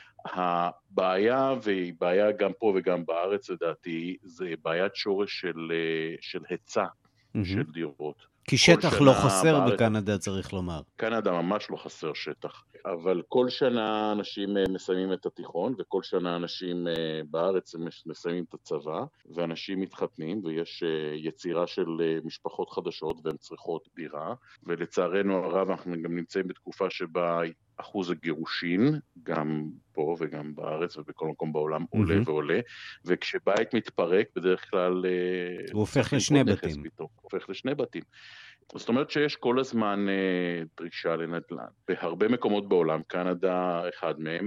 הבעיה, והיא בעיה גם פה וגם בארץ לדעתי, זה בעיית שורש של, של היצע mm-hmm. של דירות. כי שטח לא חסר בארץ, בקנדה, צריך לומר. קנדה ממש לא חסר שטח, אבל כל שנה אנשים מסיימים את התיכון, וכל שנה אנשים בארץ מסיימים את הצבא, ואנשים מתחתנים, ויש יצירה של משפחות חדשות, והן צריכות דירה, ולצערנו הרב אנחנו גם נמצאים בתקופה שבה אחוז הגירושין, גם פה וגם בארץ ובכל מקום בעולם, עולה mm-hmm. ועולה, וכשבית מתפרק, בדרך כלל הוא הופך לשני בתים. פתאום, הופך לשני בתים. זאת אומרת שיש כל הזמן דרישה לנדל"ן. בהרבה מקומות בעולם, קנדה אחד מהם,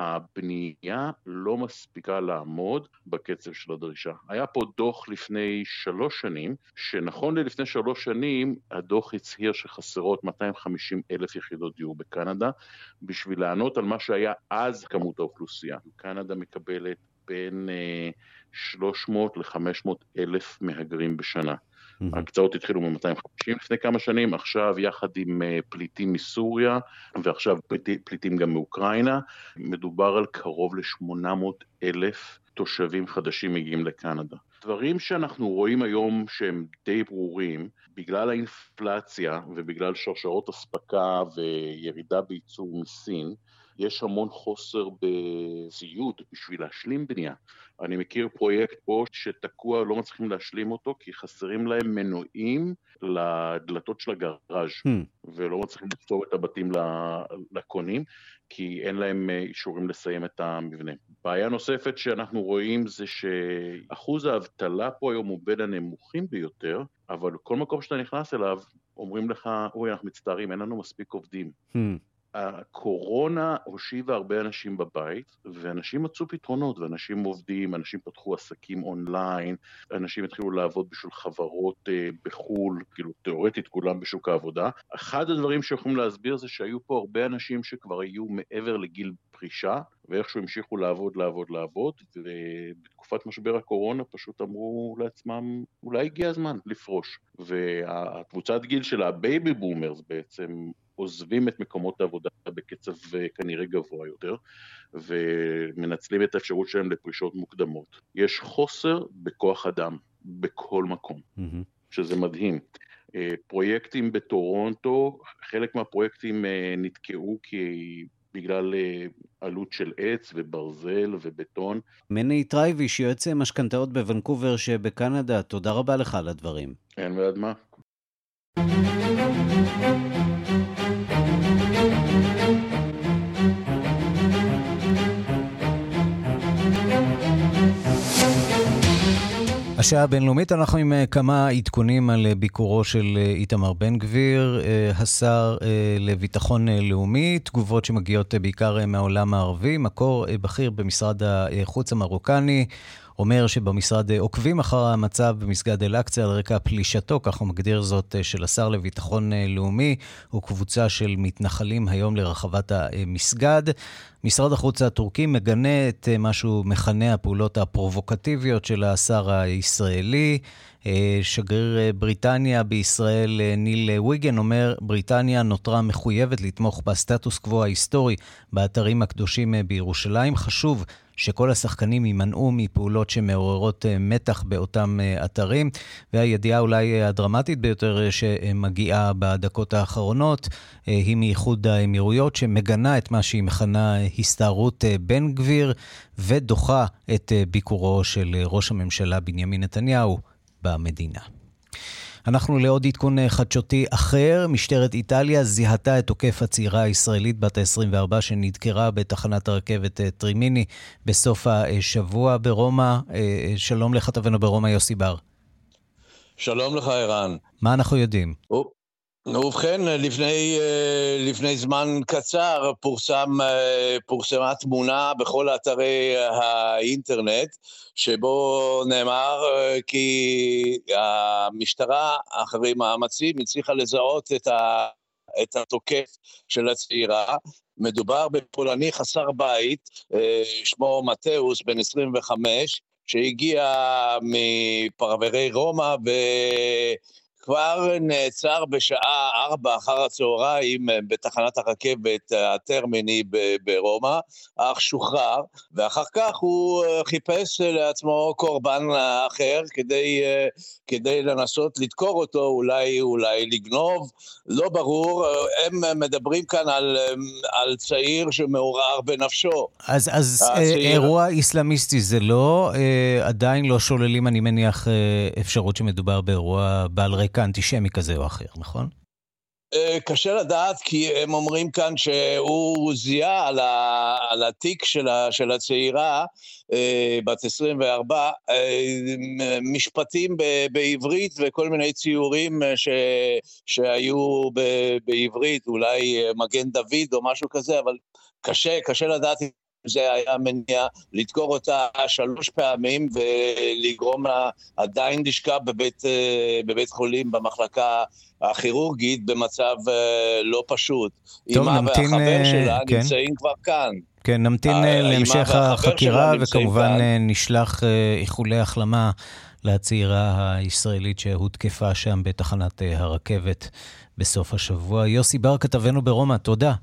הבנייה לא מספיקה לעמוד בקצב של הדרישה. היה פה דוח לפני שלוש שנים, שנכון ללפני שלוש שנים, הדוח הצהיר שחסרות מאתיים וחמישים אלף יחידות דיור בקנדה, בשביל לענות על מה שהיה אז כמות האוכלוסייה. קנדה מקבלת בין שלוש מאות ל-חמש מאות אלף מהגרים בשנה. ההקצאות התחילו מ-מאתיים וחמישים לפני כמה שנים, עכשיו יחד עם פליטים מסוריה, ועכשיו פליטים גם מאוקראינה, מדובר על קרוב ל-שמונה מאות אלף תושבים חדשים מגיעים לקנדה. דברים שאנחנו רואים היום שהם די ברורים, בגלל האינפלציה ובגלל שרשרות הספקה וירידה בייצור מסין, יש המון חוסר בציוד בשביל להשלים בנייה. אני מכיר פרויקט פה שתקוע, לא מצליחים להשלים אותו, כי חסרים להם מנועים לדלתות של הגראז' hmm. ולא מצליחים לפתור את הבתים לקונים, כי אין להם אישורים לסיים את המבנה. בעיה נוספת שאנחנו רואים זה שאחוז האבטלה פה היום הוא בין הנמוכים ביותר, אבל כל מקום שאתה נכנס אליו, אומרים לך, אוי, אנחנו מצטערים, אין לנו מספיק עובדים. Hmm. הקורונה הושיבה הרבה אנשים בבית, ואנשים מצאו פתרונות, ואנשים עובדים, אנשים פתחו עסקים אונליין, אנשים התחילו לעבוד בשביל חברות בחול, כאילו תיאורטית כולם בשוק העבודה. אחד הדברים שיכולים להסביר זה שהיו פה הרבה אנשים שכבר היו מעבר לגיל פרישה, ואיכשהו המשיכו לעבוד, לעבוד, לעבוד, ובתקופת משבר הקורונה פשוט אמרו לעצמם, אולי הגיע הזמן לפרוש. והקבוצת גיל של הבייבי בומרס בעצם עוזבים את מקומות העבודה בקצב כנראה גבוה יותר, ומנצלים את האפשרות שלהם לפרישות מוקדמות. יש חוסר בכוח אדם בכל מקום, mm-hmm. שזה מדהים. פרויקטים בטורונטו, חלק מהפרויקטים נתקעו כי בגלל עלות של עץ וברזל ובטון. מני טרייביש, יועץ משכנתאות בוונקובר שבקנדה, תודה רבה לך על הדברים. אין ועד מה. השעה הבינלאומית, אנחנו עם כמה עדכונים על ביקורו של איתמר בן גביר, השר לביטחון לאומי, תגובות שמגיעות בעיקר מהעולם הערבי, מקור בכיר במשרד החוץ המרוקני, אומר שבמשרד עוקבים אחר המצב במסגד אל-אקצה על רקע פלישתו, כך הוא מגדיר זאת, של השר לביטחון לאומי, וקבוצה של מתנחלים היום לרחבת המסגד. משרד החוץ הטורקי מגנה את משהו מכנה הפעולות הפרובוקטיביות של השר הישראלי. שגריר בריטניה בישראל ניל וויגן אומר, בריטניה נותרה מחויבת לתמוך בסטטוס קוו ההיסטורי באתרים הקדושים בירושלים. חשוב שכל השחקנים יימנעו מפעולות שמעוררות מתח באותם אתרים. והידיעה אולי הדרמטית ביותר שמגיעה בדקות האחרונות היא מאיחוד האמירויות, שמגנה את מה שהיא מכנה הסתערות בן גביר ודוחה את ביקורו של ראש הממשלה בנימין נתניהו במדינה. אנחנו לעוד עדכון חדשותי אחר. משטרת איטליה זיהתה את תוקף הצעירה הישראלית בת ה-עשרים וארבע שנדקרה בתחנת הרכבת טרימיני בסוף השבוע ברומא. שלום לכתבנו ברומא יוסי בר. שלום לך, ערן. מה אנחנו יודעים? ובכן, לפני, לפני זמן קצר פורסם, פורסמה תמונה בכל אתרי האינטרנט, שבו נאמר כי המשטרה, אחרי מאמצים, הצליחה לזהות את, ה, את התוקף של הצעירה. מדובר בפולני חסר בית, שמו מתאוס, בן עשרים וחמש, שהגיע מפרברי רומא וכבר נעצר בשעה ארבע אחר הצהריים בתחנת הרכבת הטרמיני ברומא, אך שוחרר, ואחר כך הוא חיפש לעצמו קורבן אחר כדי, כדי לנסות לדקור אותו, אולי, אולי לגנוב, לא ברור. הם מדברים כאן על, על צעיר שמעורער בנפשו. אז, אז הצעיר... אירוע איסלאמיסטי זה לא, עדיין לא שוללים, אני מניח, אפשרות שמדובר באירוע בעל רקע אנטישמי כזה או אחר, נכון? קשה לדעת, כי הם אומרים כאן שהוא זיהה על, ה, על התיק של, ה, של הצעירה, בת עשרים וארבע, משפטים ב, בעברית וכל מיני ציורים ש, שהיו ב, בעברית, אולי מגן דוד או משהו כזה, אבל קשה, קשה לדעת אם זה היה מניע לדקור אותה שלוש פעמים ולגרום לה עדיין לשכב בבית, בבית חולים במחלקה הכירורגית במצב לא פשוט. טוב, אמא נמתין, והחבר שלה כן. נמצאים כבר כאן. כן, נמתין להמשך החקירה, וכמובן נשלח איחולי החלמה לצעירה הישראלית שהותקפה שם בתחנת הרכבת בסוף השבוע. יוסי בר, כתבנו ברומא, תודה.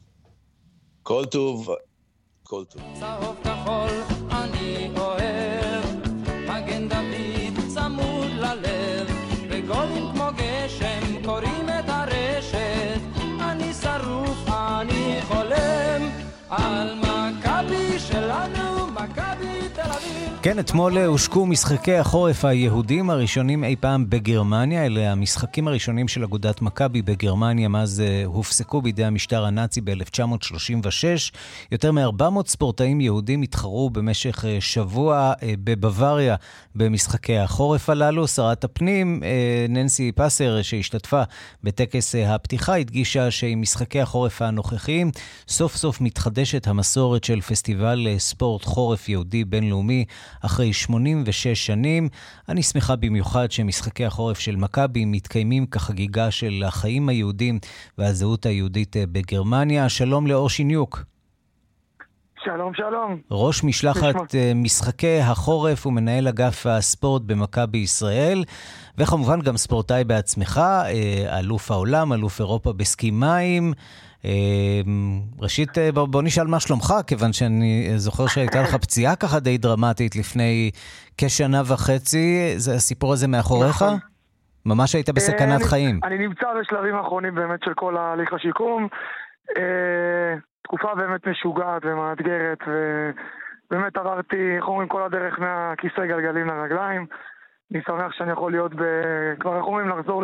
כל טוב. כל טוב. צהוב כחול אני אוהב, מגן דוד צמוד ללב, וגולים כמו גשם קוראים את הרשת, אני שרוף, אני חולם על מכבי שלנו, מכבי תל אביב. כן, אתמול הושקו משחקי החורף היהודים הראשונים אי פעם בגרמניה. אלה המשחקים הראשונים של אגודת מכבי בגרמניה, מאז הופסקו בידי המשטר הנאצי ב-אלף תשע מאות שלושים ושש. יותר מ-ארבע מאות ספורטאים יהודים התחרו במשך שבוע בבווריה במשחקי החורף הללו. שרת הפנים ננסי פסר, שהשתתפה בטקס הפתיחה, הדגישה שעם משחקי החורף הנוכחיים סוף סוף מתחדשת המסורת של פסטיבל ספורט חורף יהודי בינלאומי אחרי שמונים ושש שנים. אני שמחה במיוחד שמשחקי החורף של מכבי מתקיימים כחגיגה של החיים היהודים והזהות היהודית בגרמניה. שלום לאור שיניוק. שלום, שלום. ראש משלחת משחקי החורף ומנהל אגף הספורט במכבי ישראל, וכמובן גם ספורטאי בעצמך, אלוף העולם, אלוף אירופה בסקי מים. ראשית, בוא נשאל מה שלומך, כיוון שאני זוכר שהייתה לך פציעה ככה די דרמטית לפני כשנה וחצי. זה הסיפור הזה מאחוריך? ממש היית בסכנת חיים. אני נמצא בשלבים האחרונים באמת של כל ההליך השיקום. תקופה באמת משוגעת ומאתגרת, ובאמת עברתי, איך אומרים, כל הדרך מהכיסא גלגלים לרגליים. אני שמח שאני יכול להיות כבר, איך אומרים, לחזור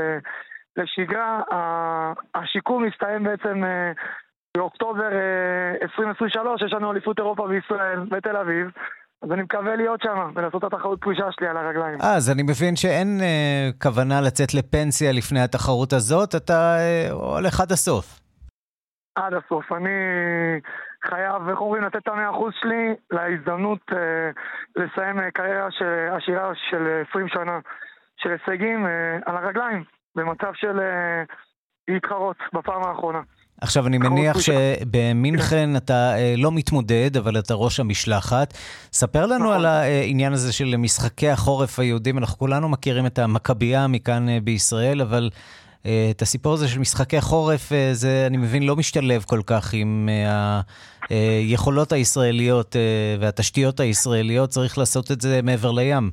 לשגרה. השיקום מסתיים בעצם באוקטובר עשרים עשרים ושלוש, יש לנו אליפות אירופה בישראל בתל אביב, אז אני מקווה להיות שם ולעשות את התחרות פרישה שלי על הרגליים. אה, אז אני מבין שאין אה, כוונה לצאת לפנסיה לפני התחרות הזאת, אתה אה, הולך עד הסוף. עד הסוף. אני חייב, איך אומרים, לתת את המאה אחוז שלי להזדמנות אה, לסיים אה, קריירה עשירה של עשרים שנה של הישגים אה, על הרגליים, במצב של אה, להתחרות בפעם האחרונה. עכשיו אני מניח שבמינכן אתה אה, לא מתמודד, אבל אתה ראש המשלחת. ספר לנו על העניין הזה של משחקי החורף היהודים. אנחנו כולנו מכירים את המכבייה מכאן אה, בישראל, אבל אה, את הסיפור הזה של משחקי חורף, אה, זה אני מבין לא משתלב כל כך עם אה, היכולות הישראליות אה, והתשתיות הישראליות. צריך לעשות את זה מעבר לים.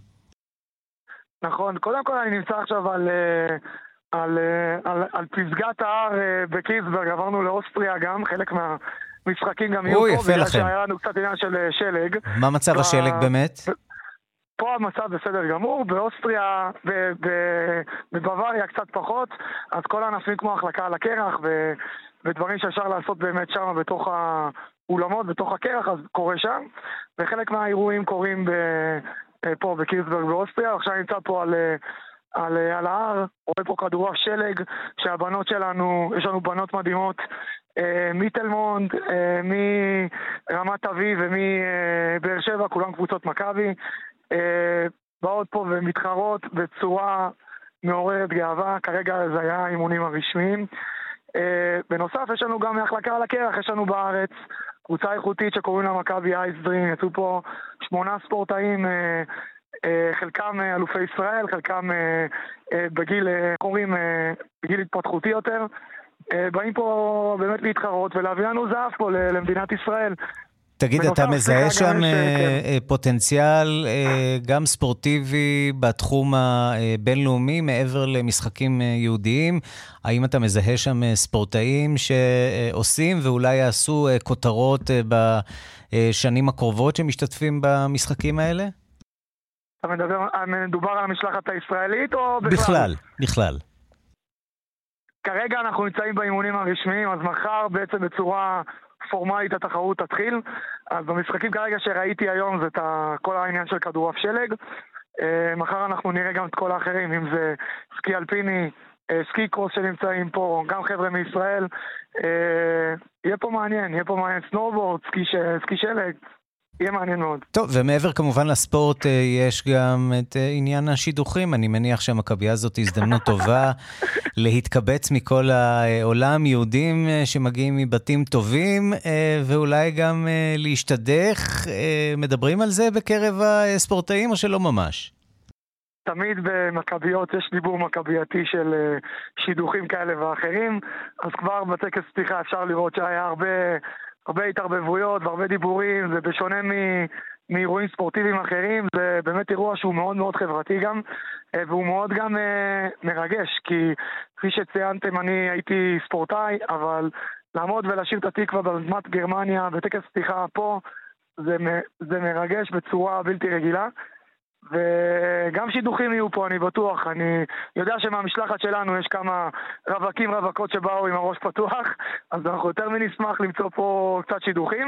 נכון, קודם כל אני נמצא עכשיו על... אה... על, על, על פסגת ההר בקיסברג, עברנו לאוסטריה גם, חלק מהמשחקים גם יהיו פה, בגלל שהיה לנו קצת עניין של שלג. מה מצב השלג באמת? פה המצב בסדר גמור, באוסטריה, בבווריה קצת פחות, אז כל הענפים כמו החלקה על הקרח, ודברים שאפשר לעשות באמת שם בתוך האולמות, בתוך הקרח, אז קורה שם, וחלק מהאירועים קורים פה בקיסברג באוסטריה. עכשיו נמצא פה על... על, על ההר, רואה פה כדורעף שלג, שהבנות שלנו, יש לנו בנות מדהימות, אה, מתל מונד, אה, מרמת אביב ומבאר שבע, כולם קבוצות מכבי, אה, באות פה ומתחרות בצורה מעוררת גאווה, כרגע זה היה האימונים הרשמיים. אה, בנוסף, יש לנו גם מהחלקה על הקרח, יש לנו בארץ קבוצה איכותית שקוראים לה מכבי אייסדרים, יצאו פה שמונה ספורטאים, אה, חלקם אלופי ישראל, חלקם בגיל, קוראים, בגיל התפתחותי יותר, באים פה באמת להתחרות ולהביא לנו זהב פה למדינת ישראל. תגיד, אתה מזהה שם פוטנציאל גם ספורטיבי בתחום הבינלאומי מעבר למשחקים יהודיים? האם אתה מזהה שם ספורטאים שעושים ואולי יעשו כותרות בשנים הקרובות שמשתתפים במשחקים האלה? אתה מדבר, מדובר על המשלחת הישראלית או בכלל? בכלל, בכלל. כרגע אנחנו נמצאים באימונים הרשמיים, אז מחר בעצם בצורה פורמלית התחרות תתחיל. אז במשחקים כרגע שראיתי היום זה את כל העניין של כדורעף שלג. מחר אנחנו נראה גם את כל האחרים, אם זה סקי אלפיני, סקי קרוס שנמצאים פה, גם חבר'ה מישראל. יהיה פה מעניין, יהיה פה מעניין סנובורד, סקי, סקי שלג. יהיה מעניין מאוד. טוב, ומעבר כמובן לספורט יש גם את עניין השידוכים. אני מניח שהמכבייה הזאת הזדמנות טובה להתקבץ מכל העולם, יהודים שמגיעים מבתים טובים, ואולי גם להשתדך. מדברים על זה בקרב הספורטאים או שלא ממש? תמיד במכביות יש דיבור מכבייתי של שידוכים כאלה ואחרים, אז כבר בטקס פתיחה אפשר לראות שהיה הרבה... הרבה התערבבויות והרבה דיבורים, זה בשונה מאירועים ספורטיביים אחרים, זה באמת אירוע שהוא מאוד מאוד חברתי גם, והוא מאוד גם מרגש, כי כפי שציינתם אני הייתי ספורטאי, אבל לעמוד ולשיר את התקווה בזמת גרמניה בטקס פתיחה פה, זה, זה מרגש בצורה בלתי רגילה, וגם שידוכים יהיו פה, אני בטוח. אני יודע שמהמשלחת שלנו יש כמה רווקים רווקות שבאו עם הראש פתוח, אז אנחנו יותר מנשמח למצוא פה קצת שידוכים,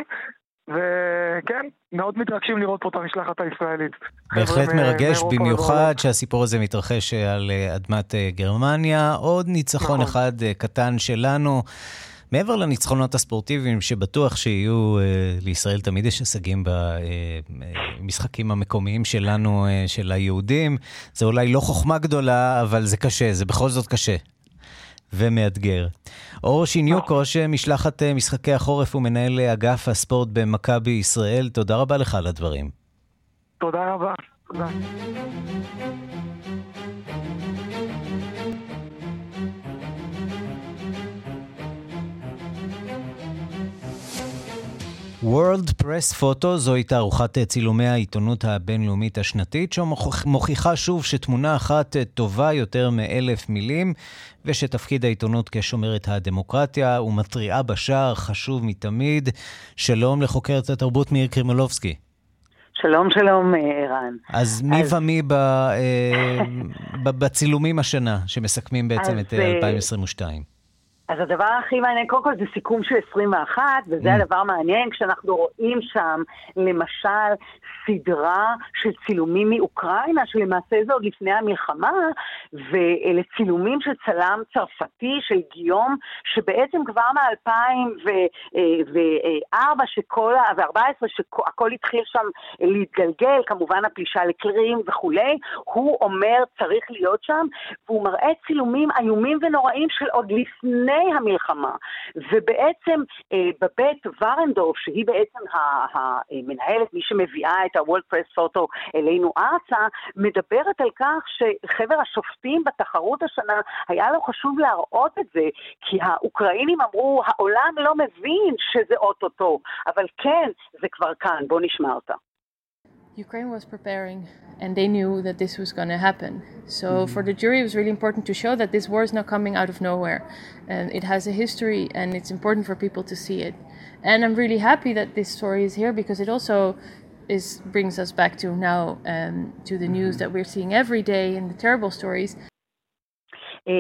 וכן, מאוד מתרגשים לראות פה את המשלחת הישראלית. בהחלט מרגש, במיוחד שהסיפור הזה מתרחש על אדמת גרמניה. עוד ניצחון אחד קטן שלנו, מעבר לניצחונות הספורטיביים שבטוח שיהיו, לישראל תמיד יש הישגים במשחקים המקומיים שלנו, של היהודים. זה אולי לא חוכמה גדולה, אבל זה קשה, זה בכל זאת קשה ומאתגר. אור שיניוק, ראש משלחת משחקי החורף ומנהל אגף הספורט במכבי ישראל, תודה רבה לך על הדברים. תודה רבה. תודה. World Press Photo זוהי תערוכת צילומי העיתונות הבינלאומית השנתית, שמוכיחה שוב שתמונה אחת טובה יותר מאלף מילים, ושתפקיד העיתונות כשומרת הדמוקרטיה ומטריעה בשער חשוב מתמיד. שלום לחוקרת התרבות מאיר קרימולובסקי. שלום, שלום, ערן. אז מי אז... ומי ב, ב, בצילומים השנה שמסכמים בעצם את אלפיים עשרים ושתיים? אז הדבר הכי מעניין, קודם כל זה סיכום של עשרים ואחת, וזה mm. הדבר מעניין, כשאנחנו רואים שם, למשל, סדרה של צילומים מאוקראינה, שלמעשה זה עוד לפני המלחמה, ואלה צילומים של צלם צרפתי, של גיום, שבעצם כבר מ-אלפיים וארבע שכל, ו-ארבע עשרה שהכל התחיל שם להתגלגל, כמובן הפלישה לקרים וכולי, הוא אומר צריך להיות שם, והוא מראה צילומים איומים ונוראים של עוד לפני המלחמה, ובעצם אה, בבית ורנדורף, שהיא בעצם המנהלת, מי שמביאה את ה-World Press Photo אלינו ארצה, מדברת על כך שחבר השופטים בתחרות השנה, היה לו חשוב להראות את זה, כי האוקראינים אמרו, העולם לא מבין שזה אוטוטו, אבל כן, זה כבר כאן, בוא נשמע אותה. Ukraine was preparing and they knew that this was going to happen. So mm-hmm. for the jury it was really important to show that this war is not coming out of nowhere. And it has a history and it's important for people to see it. And I'm really happy that this story is here because it also is brings us back to now um, to the news that we're seeing every day and the terrible stories.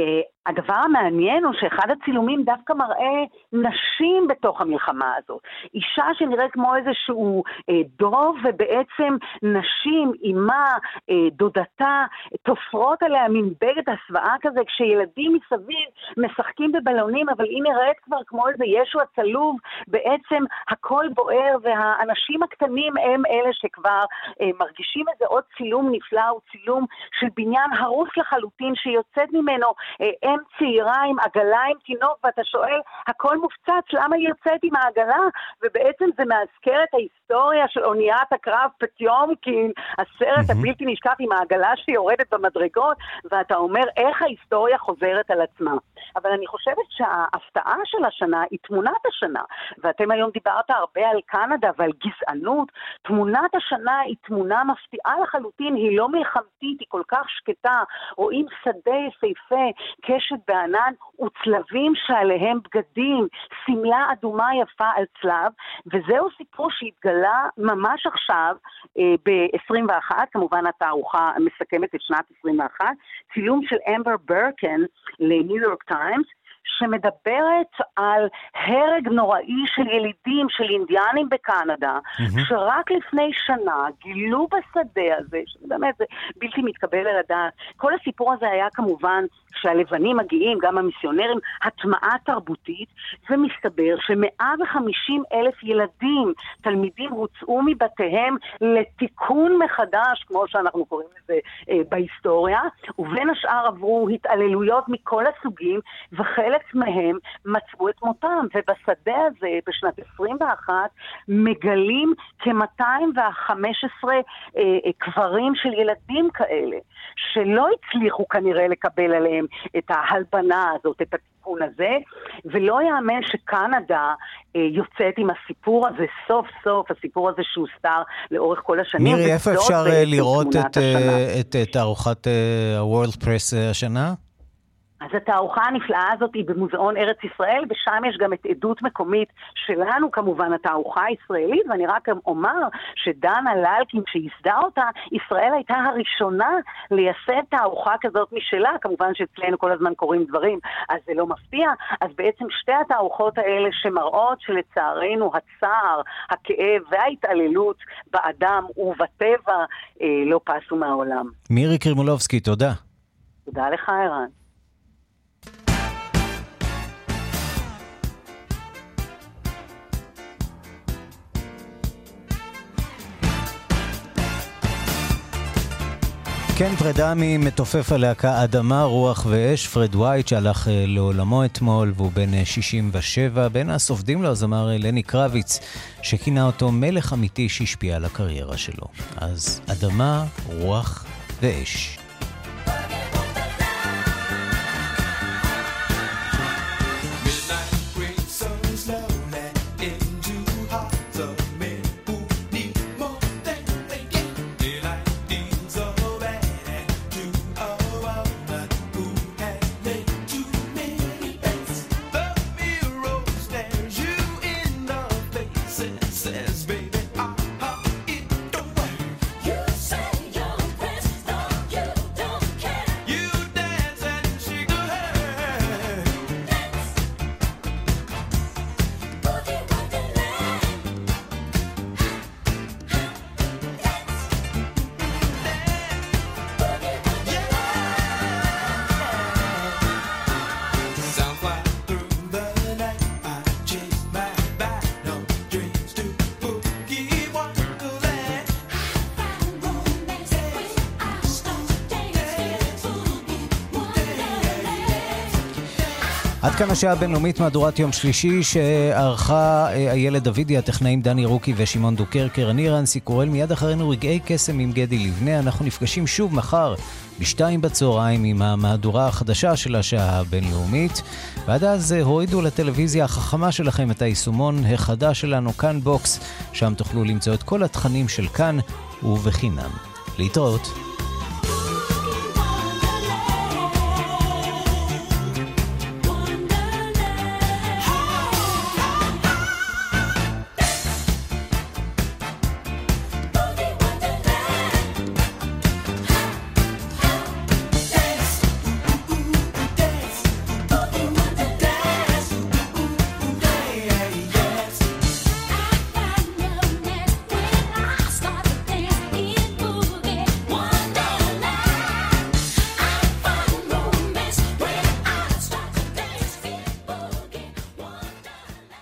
הדבר המעניין הוא שאחד הצילומים דווקא מראה נשים בתוך המלחמה הזאת. אישה שנראית כמו איזשהו אה, דוב, ובעצם נשים, אימה, אה, דודתה, תופרות עליה מין בגד הסוואה כזה, כשילדים מסביב משחקים בבלונים, אבל היא נראית כבר כמו איזה ישו הצלוב, בעצם הכל בוער, והאנשים הקטנים הם אלה שכבר אה, מרגישים איזה עוד צילום נפלא, הוא צילום של בניין הרוס לחלוטין, שיוצאת ממנו אה, אם צעירה עם עגלה עם תינוק, ואתה שואל, הכל מופצץ, למה היא יוצאת עם העגלה? ובעצם זה מאזכר את ההיסטוריה של אוניית הקרב פטיומקין, הסרט mm-hmm. הבלתי נשכח עם העגלה שיורדת במדרגות, ואתה אומר איך ההיסטוריה חוזרת על עצמה. אבל אני חושבת שההפתעה של השנה היא תמונת השנה, ואתם היום דיברת הרבה על קנדה ועל גזענות. תמונת השנה היא תמונה מפתיעה לחלוטין, היא לא מלחמתית, היא כל כך שקטה, רואים שדה יפהפה, קשת בענן וצלבים שעליהם בגדים, סמלה אדומה יפה על צלב, וזהו סיפור שהתגלה ממש עכשיו אה, ב-עשרים ואחת, כמובן התערוכה מסכמת את שנת עשרים ואחת, צילום של אמבר ברקן לניו יורק טיימס, שמדברת על הרג נוראי של ילידים, של אינדיאנים בקנדה, mm-hmm. שרק לפני שנה גילו בשדה הזה, שבאמת זה בלתי מתקבל על הדעת. כל הסיפור הזה היה כמובן, כשהלבנים מגיעים, גם המיסיונרים, הטמעה תרבותית, ומסתבר ש-מאה וחמישים אלף ילדים, תלמידים הוצאו מבתיהם לתיקון מחדש, כמו שאנחנו קוראים לזה אה, בהיסטוריה, ובין השאר עברו התעללויות מכל הסוגים, וחלק מהם מצאו את מותם, ובשדה הזה בשנת עשרים ואחת מגלים כ-מאתיים וחמש עשרה אה, קברים של ילדים כאלה, שלא הצליחו כנראה לקבל עליהם את ההלבנה הזאת, את התיקון הזה, ולא יאמן שקנדה אה, יוצאת עם הסיפור הזה, סוף סוף הסיפור הזה שהוסתר לאורך כל השנים. מירי, איפה אפשר לראות את, את, את תערוכת ה-World Press השנה? אז התערוכה הנפלאה הזאת היא במוזיאון ארץ ישראל, ושם יש גם את עדות מקומית שלנו, כמובן התערוכה הישראלית, ואני רק אומר שדנה ללקין שיסדה אותה, ישראל הייתה הראשונה לייסד תערוכה כזאת משלה, כמובן שאצלנו כל הזמן קוראים דברים, אז זה לא מפתיע, אז בעצם שתי התערוכות האלה שמראות שלצערנו הצער, הכאב וההתעללות באדם ובטבע אה, לא פסו מהעולם. מירי קרימולובסקי, תודה. תודה לך, ערן. כן, פרידה ממתופף הלהקה אדמה, רוח ואש, פרד ווייט שהלך לעולמו אתמול והוא בן שישים ושבע, בין הסופדים לו הזמר לני קרביץ שכינה אותו מלך אמיתי שהשפיע על הקריירה שלו. אז אדמה, רוח ואש. עד כאן השעה הבינלאומית מהדורת יום שלישי שערכה איילת דוידי, הטכנאים דני רוקי ושמעון דוקרקר. אני רנסי קורל, מיד אחרינו רגעי קסם עם גדי לבנה. אנחנו נפגשים שוב מחר בשתיים בצהריים עם המהדורה החדשה של השעה הבינלאומית, ועד אז הורידו לטלוויזיה החכמה שלכם את היישומון החדש שלנו כאן בוקס, שם תוכלו למצוא את כל התכנים של כאן ובחינם. להתראות.